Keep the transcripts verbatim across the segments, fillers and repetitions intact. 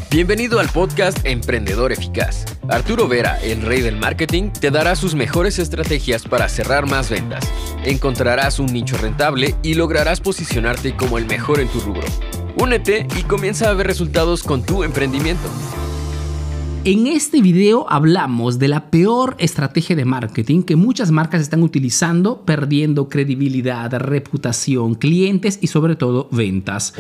Bienvenido al podcast Emprendedor Eficaz. Arturo Vera, el rey del marketing, te dará sus mejores estrategias para cerrar más ventas. Encontrarás un nicho rentable y lograrás posicionarte como el mejor en tu rubro. Únete y comienza a ver resultados con tu emprendimiento. En este video hablamos de la peor estrategia de marketing que muchas marcas están utilizando, perdiendo credibilidad, reputación, clientes y sobre todo ventas.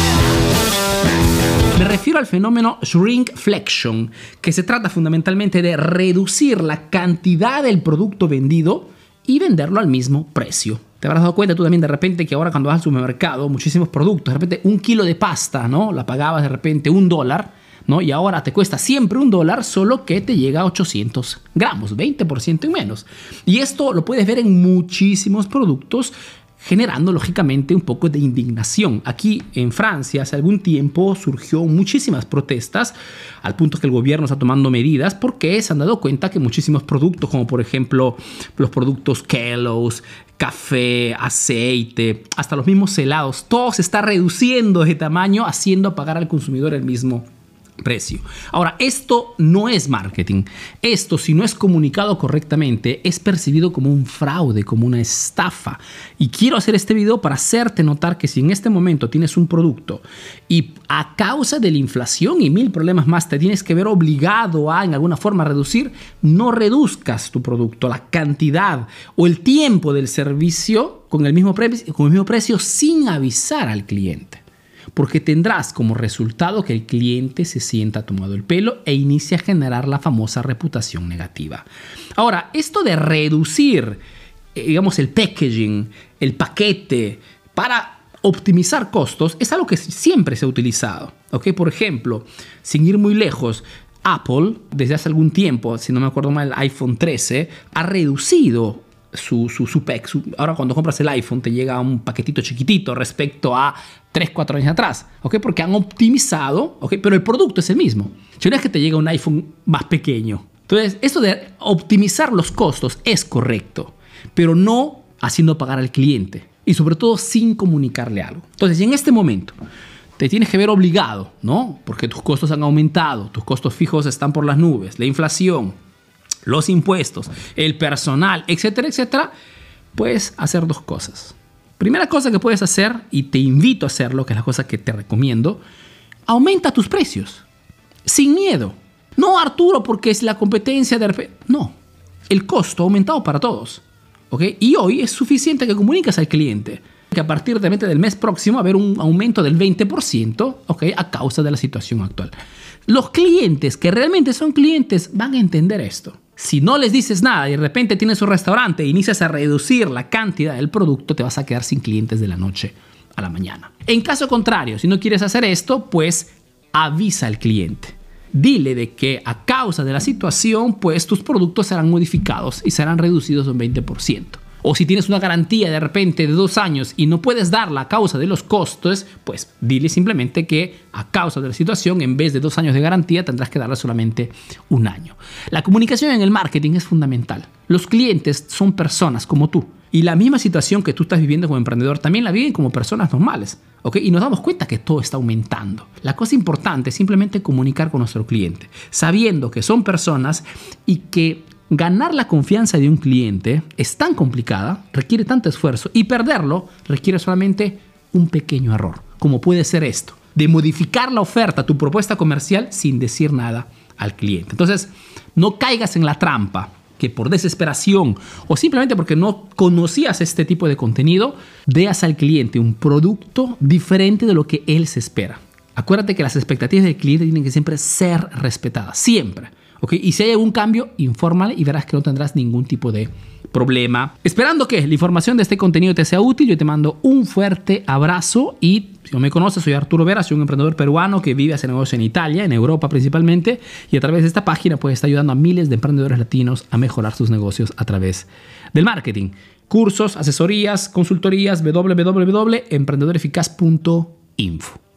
Me refiero al fenómeno shrinkflation, que se trata fundamentalmente de reducir la cantidad del producto vendido y venderlo al mismo precio. Te habrás dado cuenta tú también de repente que ahora cuando vas al supermercado, muchísimos productos, de repente un kilo de pasta, ¿no? La pagabas de repente un dólar, ¿no? Y ahora te cuesta siempre un dólar, solo que te llega a ochocientos gramos, veinte por ciento y menos. Y esto lo puedes ver en muchísimos productos, generando lógicamente un poco de indignación. Aquí en Francia hace algún tiempo surgió muchísimas protestas al punto que el gobierno está tomando medidas porque se han dado cuenta que muchísimos productos, como por ejemplo los productos Kellogg's, café, aceite, hasta los mismos helados, todo se está reduciendo de tamaño, haciendo pagar al consumidor el mismo precio. Ahora, esto no es marketing. Esto, si no es comunicado correctamente, es percibido como un fraude, como una estafa. Y quiero hacer este video para hacerte notar que si en este momento tienes un producto y a causa de la inflación y mil problemas más te tienes que ver obligado a en alguna forma reducir, no reduzcas tu producto, la cantidad o el tiempo del servicio con el mismo precio, con el mismo precio sin avisar al cliente. Porque tendrás como resultado que el cliente se sienta tomado el pelo e inicia a generar la famosa reputación negativa. Ahora, esto de reducir, eh, digamos, el packaging, el paquete, para optimizar costos, es algo que siempre se ha utilizado. ¿Okay? Por ejemplo, sin ir muy lejos, Apple, desde hace algún tiempo, si no me acuerdo mal, el iPhone trece, ha reducido Su, su, su pack. Su, ahora cuando compras el iPhone te llega un paquetito chiquitito respecto a tres, cuatro años atrás, ¿okay? Porque han optimizado, ¿okay? Pero el producto es el mismo. Si no es que te llega un iPhone más pequeño. Entonces, esto de optimizar los costos es correcto, pero no haciendo pagar al cliente y sobre todo sin comunicarle algo. Entonces, en este momento te tienes que ver obligado, ¿no? Porque tus costos han aumentado, tus costos fijos están por las nubes, la inflación, los impuestos, el personal, etcétera, etcétera, puedes hacer dos cosas. Primera cosa que puedes hacer, y te invito a hacerlo, que es la cosa que te recomiendo, aumenta tus precios, sin miedo. No, Arturo, porque es la competencia de... No, el costo ha aumentado para todos, ¿ok? Y hoy es suficiente que comuniques al cliente que a partir de del mes próximo va a haber un aumento del veinte por ciento, ¿ok? A causa de la situación actual. Los clientes que realmente son clientes van a entender esto. Si no les dices nada y de repente tienes un restaurante e inicias a reducir la cantidad del producto, te vas a quedar sin clientes de la noche a la mañana. En caso contrario, si no quieres hacer esto, pues avisa al cliente. Dile de que a causa de la situación, pues tus productos serán modificados y serán reducidos un veinte por ciento. O si tienes una garantía de repente de dos años y no puedes darla a causa de los costos, pues dile simplemente que a causa de la situación, en vez de dos años de garantía, tendrás que darle solamente un año. La comunicación en el marketing es fundamental. Los clientes son personas como tú. Y la misma situación que tú estás viviendo como emprendedor también la viven como personas normales, ¿ok? Y nos damos cuenta que todo está aumentando. La cosa importante es simplemente comunicar con nuestro cliente, sabiendo que son personas y que ganar la confianza de un cliente es tan complicada, requiere tanto esfuerzo, y perderlo requiere solamente un pequeño error, como puede ser esto, de modificar la oferta, tu propuesta comercial, sin decir nada al cliente. Entonces, no caigas en la trampa que por desesperación o simplemente porque no conocías este tipo de contenido, veas al cliente un producto diferente de lo que él se espera. Acuérdate que las expectativas del cliente tienen que siempre ser respetadas, siempre. ¿Okay? Y si hay algún cambio, infórmale y verás que no tendrás ningún tipo de problema. Esperando que la información de este contenido te sea útil, yo te mando un fuerte abrazo y si no me conoces, soy Arturo Vera, soy un emprendedor peruano que vive hace negocio en Italia, en Europa principalmente, y a través de esta página puedes estar ayudando a miles de emprendedores latinos a mejorar sus negocios a través del marketing. Cursos, asesorías, consultorías, w w w punto emprendedor eficaz punto info.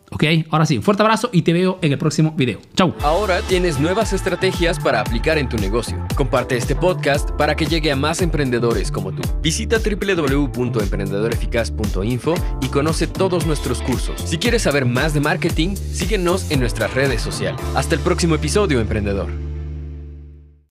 ¿Ok? Ahora sí, un fuerte abrazo y te veo en el próximo video. Chau. Ahora tienes nuevas estrategias para aplicar en tu negocio. Comparte este podcast para que llegue a más emprendedores como tú. Visita doble u doble u doble u punto emprendedor eficaz punto info y conoce todos nuestros cursos. Si quieres saber más de marketing, síguenos en nuestras redes sociales. Hasta el próximo episodio, emprendedor.